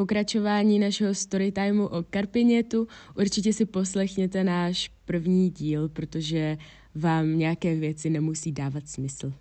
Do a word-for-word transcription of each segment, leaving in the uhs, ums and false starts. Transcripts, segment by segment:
pokračování našeho storytimeu o Karpinětu určitě si poslechněte náš první díl, protože vám nějaké věci nemusí dávat smysl.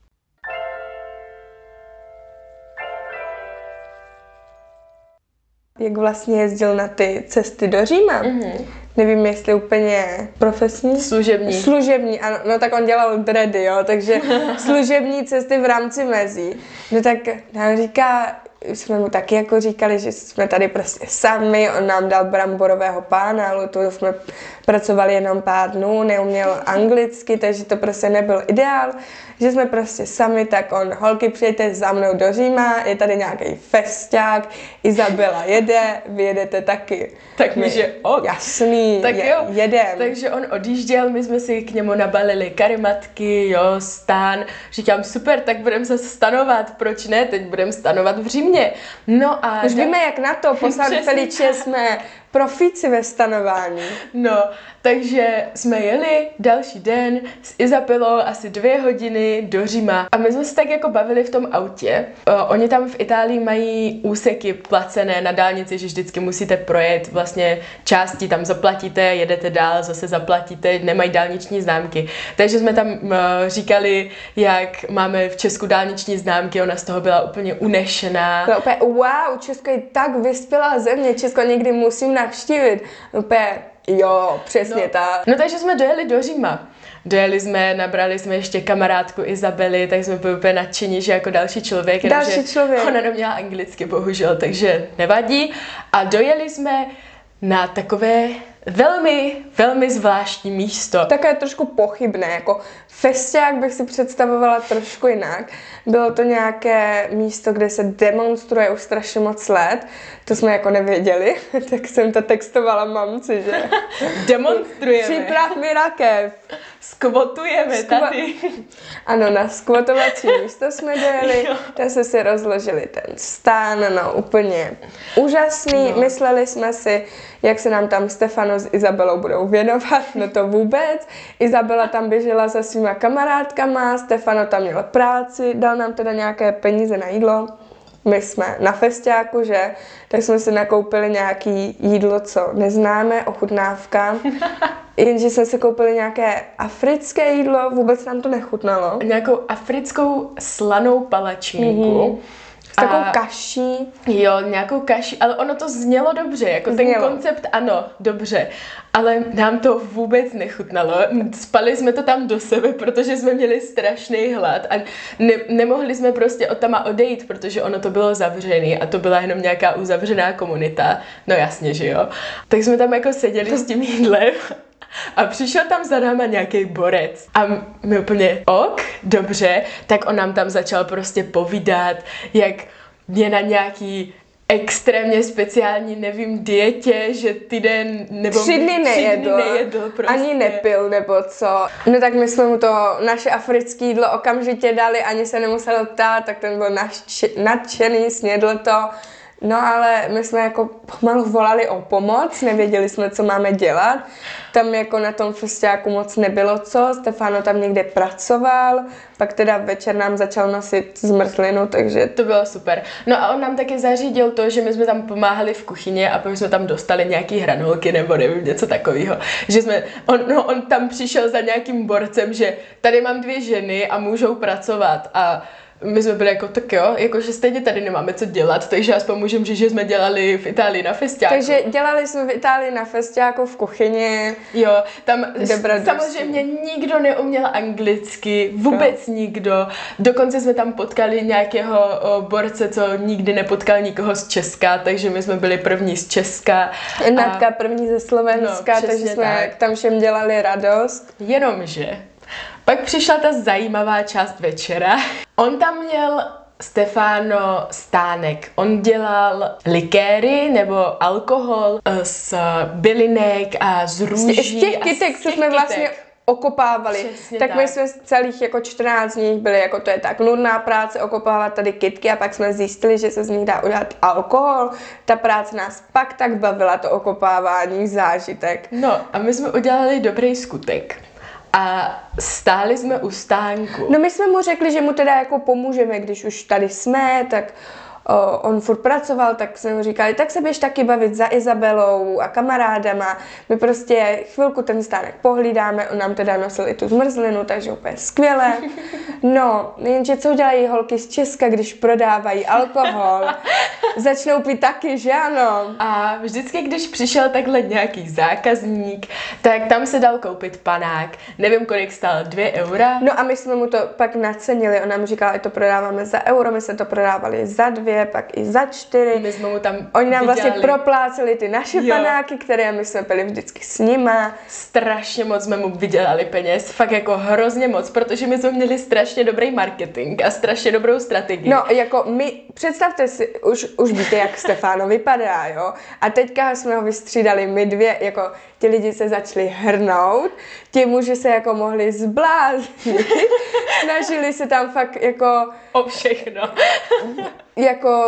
Jak vlastně jezdil na ty cesty do Říma. Mm-hmm. Nevím, jestli úplně profesní. Služební. Služební, ano. No tak on dělal dready, jo, takže služební cesty v rámci mezí. No tak nám říká, jsme mu taky jako říkali, že jsme tady prostě sami, on nám dal bramborového pána, ale to jsme pracovali jenom pár dnů, neuměl anglicky, takže to prostě nebyl ideál, že jsme prostě sami, tak on, holky, přijďte za mnou do Říma, je tady nějaký festák, Izabela jede, vy jedete taky. Tak my, že ok. Jasný, tak je, jo, jedem. Takže on odjížděl, my jsme si k němu nabalili karimatky, jo, stán. Říkám, super, tak budeme se stanovat, proč ne, teď budeme stanovat v Římě. No a... Už víme, jak na to, poslali Feliče jsme profíci ve stanování. No, takže jsme jeli další den s Izabelou asi dvě hodiny do Říma a my jsme se tak jako bavili v tom autě. O, oni tam v Itálii mají úseky placené na dálnici, že vždycky musíte projet vlastně části, tam zaplatíte, jedete dál, zase zaplatíte, nemají dálniční známky. Takže jsme tam uh, říkali, jak máme v Česku dálniční známky, ona z toho byla úplně unešená. Byla úplně wow, Česko je tak vyspělá země, Česko někdy musím navštívit. Úplně jo, přesně no. tak. No takže jsme dojeli do Říma. Dojeli jsme, nabrali jsme ještě kamarádku Izabely, tak jsme byli úplně nadšení, že jako další člověk. Další člověk. Ona neměla anglicky, bohužel, takže nevadí. A dojeli jsme na takové velmi, velmi zvláštní místo. Také trošku pochybné, jako festiák bych si představovala trošku jinak. Bylo to nějaké místo, kde se demonstruje už strašně moc let. To jsme jako nevěděli, tak jsem to textovala mamci, že? Demonstrujeme. Připrav mi rakev. Skvotujeme Skvo... tady. Ano, na skvotovací místo jsme dojeli, tam jsme si rozložili ten stán, no úplně úžasný. No. Mysleli jsme si, jak se nám tam Stefano s Izabelou budou věnovat, no to vůbec. Izabela tam běžela se svýma kamarádkama, Stefano tam měl práci, dal nám teda nějaké peníze na jídlo. My jsme na festiáku, že? Tak jsme si nakoupili nějaký jídlo, co neznáme, ochutnávka. Jenže jsme si koupili nějaké africké jídlo, vůbec nám to nechutnalo. Nějakou africkou slanou palačinku. Mm-hmm. S takovou kaší. Jo, nějakou kaši, ale ono to znělo dobře, jako znělo. Ten koncept ano, dobře, ale nám to vůbec nechutnalo. Spali jsme to tam do sebe, protože jsme měli strašný hlad a ne, nemohli jsme prostě od tam odejít, protože ono to bylo zavřené a to byla jenom nějaká uzavřená komunita. No jasně, že jo. Tak jsme tam jako seděli s tím jídlem. A přišel tam za náma nějaký borec a my úplně ok, dobře, tak on nám tam začal prostě povídat, jak je na nějaký extrémně speciální, nevím, dietě, že týden nebo tři dny nejedl, tři dny nejedl prostě. Ani nepil nebo co. No tak my jsme mu to naše africké jídlo okamžitě dali, ani se nemusel ptát, tak ten byl nadšený, snědl to. No ale my jsme jako pomalu volali o pomoc, nevěděli jsme, co máme dělat. Tam jako na tom festiáku moc nebylo co, Stefano tam někde pracoval, pak teda večer nám začal nosit zmrzlinu, takže... To bylo super. No a on nám taky zařídil to, že my jsme tam pomáhali v kuchyni a pak jsme tam dostali nějaký hranolky nebo nevím, něco takového. Že jsme, on, no, on tam přišel za nějakým borcem, že tady mám dvě ženy a můžou pracovat a my jsme byli jako, tak jo, jakože stejně tady nemáme co dělat, takže aspoň můžeme říct, že jsme dělali v Itálii na festiáku. Takže dělali jsme v Itálii na festiáku v kuchyni. Jo, tam samozřejmě nikdo neuměl anglicky, vůbec no. nikdo. Dokonce jsme tam potkali nějakého o, borce, co nikdy nepotkal nikoho z Česka, takže my jsme byli první z Česka. Natka první ze Slovenska, no, takže jsme tak. tam všem dělali radost. Jenomže pak přišla ta zajímavá část večera. On tam měl Stefano stánek. On dělal likéry nebo alkohol z bylinek a z růží. Z těch kytek, co jsme vlastně okopávali. Tak, tak my jsme celých jako čtrnáct dní byli, jako to je tak nudná práce, okopávat tady kytky a pak jsme zjistili, že se z nich dá udělat alkohol. Ta práce nás pak tak bavila, to okopávání, zážitek. No a my jsme udělali dobrý skutek. A stáli jsme u stánku. No my jsme mu řekli, že mu teda jako pomůžeme, když už tady jsme, tak o, on furt pracoval, tak jsme mu říkali, tak se běž taky bavit za Izabelou a kamarádama. My prostě chvilku ten stánek pohlídáme, on nám teda nosil i tu zmrzlinu, takže úplně skvěle. No, jenže co dělají holky z Česka, když prodávají alkohol? Začnou pít taky, že ano? A vždycky, když přišel takhle nějaký zákazník, tak tam se dal koupit panák. Nevím, kolik stál, dvě eura. No a my jsme mu to pak nacenili, on nám říkal, že to prodáváme za euro, my jsme to prodávali za dvě, pak i za čtyři. My jsme mu tam Oni nám vydělali. vlastně propláceli ty naše jo. panáky, které my jsme pili vždycky s nima. Strašně moc jsme mu vydělali peněz, fakt jako hrozně moc, protože my jsme měli strašně dobrý marketing a strašně dobrou strategii. No, jako my, představte si, už, už víte, jak Stefano vypadá, jo? A teďka jsme ho vystřídali my dvě, jako ti lidi se začali hrnout, ti muži se jako mohli zbláznit, snažili se tam fakt jako... O všechno. jako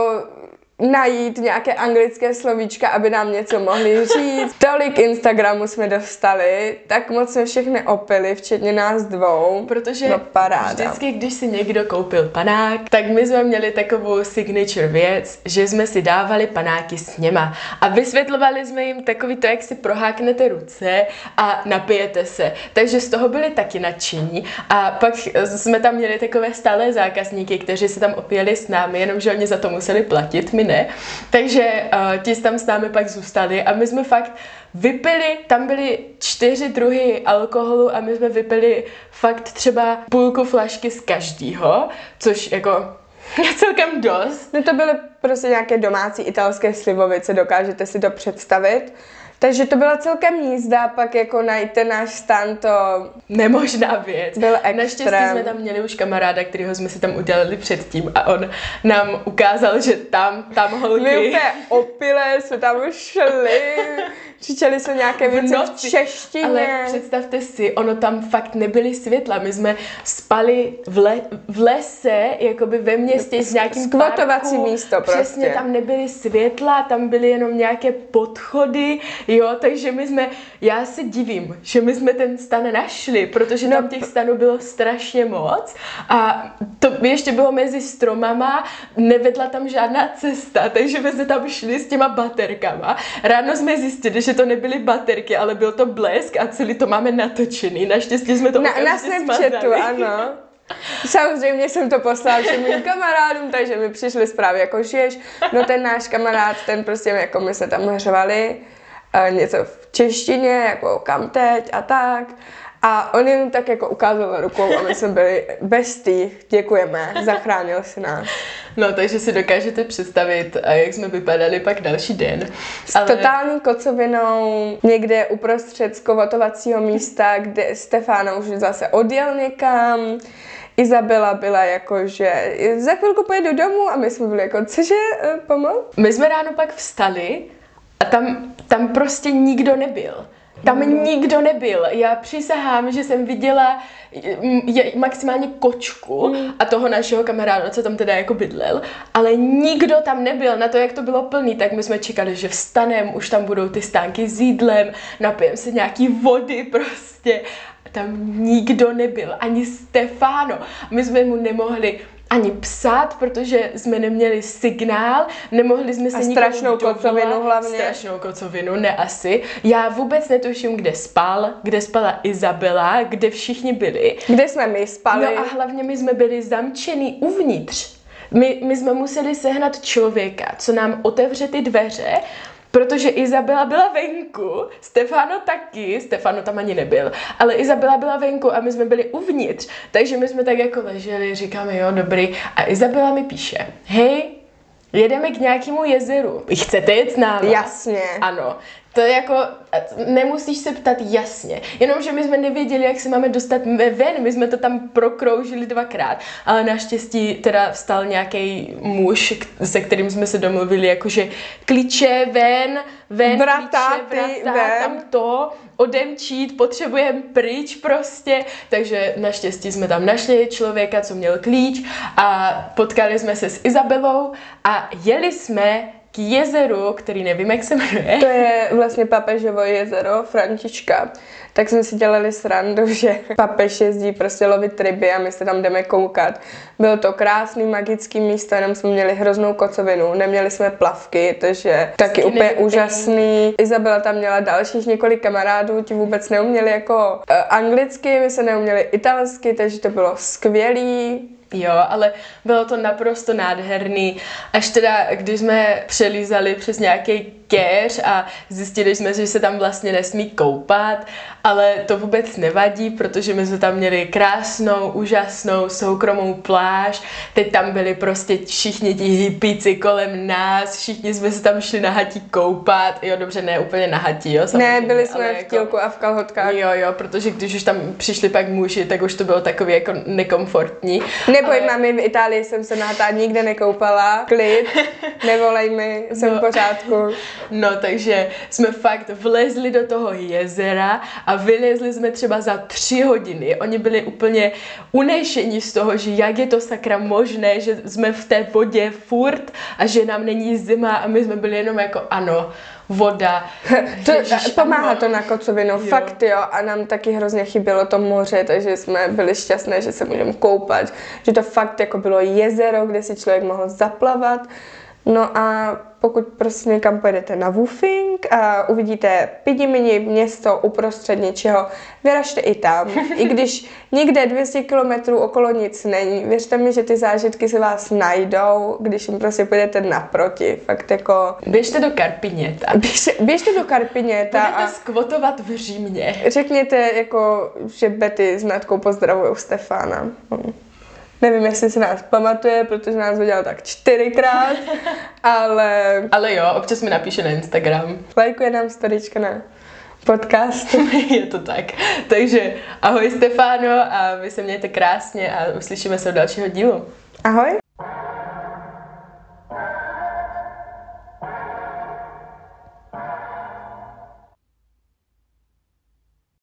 najít nějaké anglické slovíčka, aby nám něco mohli říct. Tolik Instagramu jsme dostali, tak moc jsme všechny opili, včetně nás dvou. Protože no, paráda. Vždycky, když si někdo koupil panák, tak my jsme měli takovou signature věc, že jsme si dávali panáky s něma a vysvětlovali jsme jim takový to, jak si proháknete ruce a napijete se. Takže z toho byli taky nadšení a pak jsme tam měli takové stálé zákazníky, kteří se tam opíjeli s námi, jenomže oni za to museli platit, my ne. Takže uh, ti tam s námi pak zůstali a my jsme fakt vypili, tam byly čtyři druhy alkoholu a my jsme vypili fakt třeba půlku flašky z každýho, což jako je celkem dost. No to byly prostě nějaké domácí italské slivovice, dokážete si to představit. Takže to byla celkem jízda, pak jako najít ten náš stan, to... Nemožná věc. Byl extrém. Naštěstí jsme tam měli už kamaráda, kterýho jsme si tam udělali předtím a on nám ukázal, že tam, tam holky... My úplně opilé jsme tam šli, křičeli jsme nějaké věci v češtině. Ale představte si, ono tam fakt nebyly světla, my jsme spali v, le, v lese, jakoby ve městě s nějakým skvotovací místo prostě. Přesně, tam nebyly světla, tam byly jenom nějaké podchody, jo, takže my jsme, já se divím, že my jsme ten stan našli, protože tam těch stanů bylo strašně moc a to ještě bylo mezi stromama, nevedla tam žádná cesta, takže my jsme tam šli s těma baterkama. Ráno jsme zjistili, že to nebyly baterky, ale byl to blesk a celý to máme natočený. Naštěstí jsme to na, na Snapchatu, ano. Samozřejmě jsem to poslala všem mým kamarádům, takže mi přišly zprávy jako žiješ. No ten náš kamarád, ten prostě jako my se tam hřvali něco v češtině, jako kam teď a tak. A on jim tak jako ukázal rukou a my jsme byli bestí, děkujeme, zachránil si nás. No, takže si dokážete představit, jak jsme vypadali pak další den. S ale... totální kocovinou, někde uprostřed skvotovacího místa, kde Stefano už zase odjel někam. Izabela byla jako, že za chvilku pojedu domů a my jsme byli jako, cože, pomoct? My jsme ráno pak vstali a tam, tam prostě nikdo nebyl. Tam mm. nikdo nebyl. Já přísahám, že jsem viděla je, maximálně kočku mm. a toho našeho kamaráda, co tam teda jako bydlel, ale nikdo tam nebyl. Na to, jak to bylo plný, tak my jsme čekali, že vstanem, už tam budou ty stánky s jídlem, napijem se nějaký vody prostě. Tam nikdo nebyl, ani Stefano. My jsme mu nemohli ani psát, protože jsme neměli signál, nemohli jsme se a strašnou kocovinu hlavně. Strašnou kocovinu, ne asi. Já vůbec netuším, kde spal, kde spala Izabela, kde všichni byli. Kde jsme my spali. No a hlavně my jsme byli zamčený uvnitř. My, my jsme museli sehnat člověka, co nám otevře ty dveře, protože Izabela byla venku, Stefano taky, Stefano tam ani nebyl, ale Izabela byla venku a my jsme byli uvnitř, takže my jsme tak jako leželi, říkáme jo, dobrý, a Izabela mi píše, hej, jedeme k nějakému jezeru, chcete jet s námi? Jasně. Ano. To je jako, nemusíš se ptat jasně, jenomže my jsme nevěděli, jak se máme dostat ven, my jsme to tam prokroužili dvakrát, ale naštěstí teda vstal nějaký muž, se kterým jsme se domluvili, jakože klíče ven, ven, vrata, klíče, vrata, ven. Tam to, odemčít, potřebujeme pryč prostě, takže naštěstí jsme tam našli člověka, co měl klíč a potkali jsme se s Izabelou a jeli jsme k jezeru, který nevím, jak se jmenuje. To je vlastně Papežovo jezero, Františka. Tak jsme si dělali srandu, že papež jezdí prostě lovit ryby a my se tam jdeme koukat. Bylo to krásný, magický místo, jenom jsme měli hroznou kocovinu, neměli jsme plavky, takže taky Sky úplně nevím. úžasný. Izabela tam měla dalších několik kamarádů, ti vůbec neuměli jako uh, anglicky, my se neuměli italsky, takže to bylo skvělý. Jo, ale bylo to naprosto nádherný, až teda, když jsme přelízali přes nějaký keř a zjistili jsme, že se tam vlastně nesmí koupat, ale to vůbec nevadí, protože my jsme tam měli krásnou, úžasnou, soukromou pláž, teď tam byli prostě všichni ti hippíci kolem nás, všichni jsme se tam šli na hatí koupat, jo, dobře, ne úplně na hatí, jo, samozřejmě. Ne, byli jsme v tílku jako, a v kalhotkách. Jo, jo, protože když už tam přišli pak muži, tak už to bylo takový jako nekomfortní. Neboj, ale... mami, v Itálii jsem se na hatá nikde nekoupala, klid, nevolej mi, jsem no. v pořádku. No, takže jsme fakt vlezli do toho jezera a vylezli jsme třeba za tři hodiny. Oni byli úplně unešení z toho, že jak je to sakra možné, že jsme v té vodě furt a že nám není zima a my jsme byli jenom jako ano, voda. To, Ježiš, pomáhá ano. to na kocovinu, jo. Fakt jo, a nám taky hrozně chybělo to moře, takže jsme byli šťastné, že se můžeme koupat, že to fakt jako bylo jezero, kde si člověk mohl zaplavat. No a pokud prostě někam pojedete na woofing a uvidíte pidi-mini město uprostřed něčeho, vyražte i tam. I když nikde dvě stě kilometrů okolo nic není, věřte mi, že ty zážitky se vás najdou, když jim prostě půjdete naproti. Fakt jako... Běžte do Karpiněta. Běžte, běžte do Karpiněta a... Budete skvotovat v Římě. Řekněte, jako, že Betty s Natkou pozdravujou Stefána. Hm. Nevím, jestli si nás pamatuje, protože nás udělal tak čtyřikrát, ale... Ale jo, občas mi napíše na Instagram. Lajkuje nám storička na podcast. Je to tak. Takže ahoj Stefáno a vy se mějte krásně a uslyšíme se u dalšího dílu. Ahoj.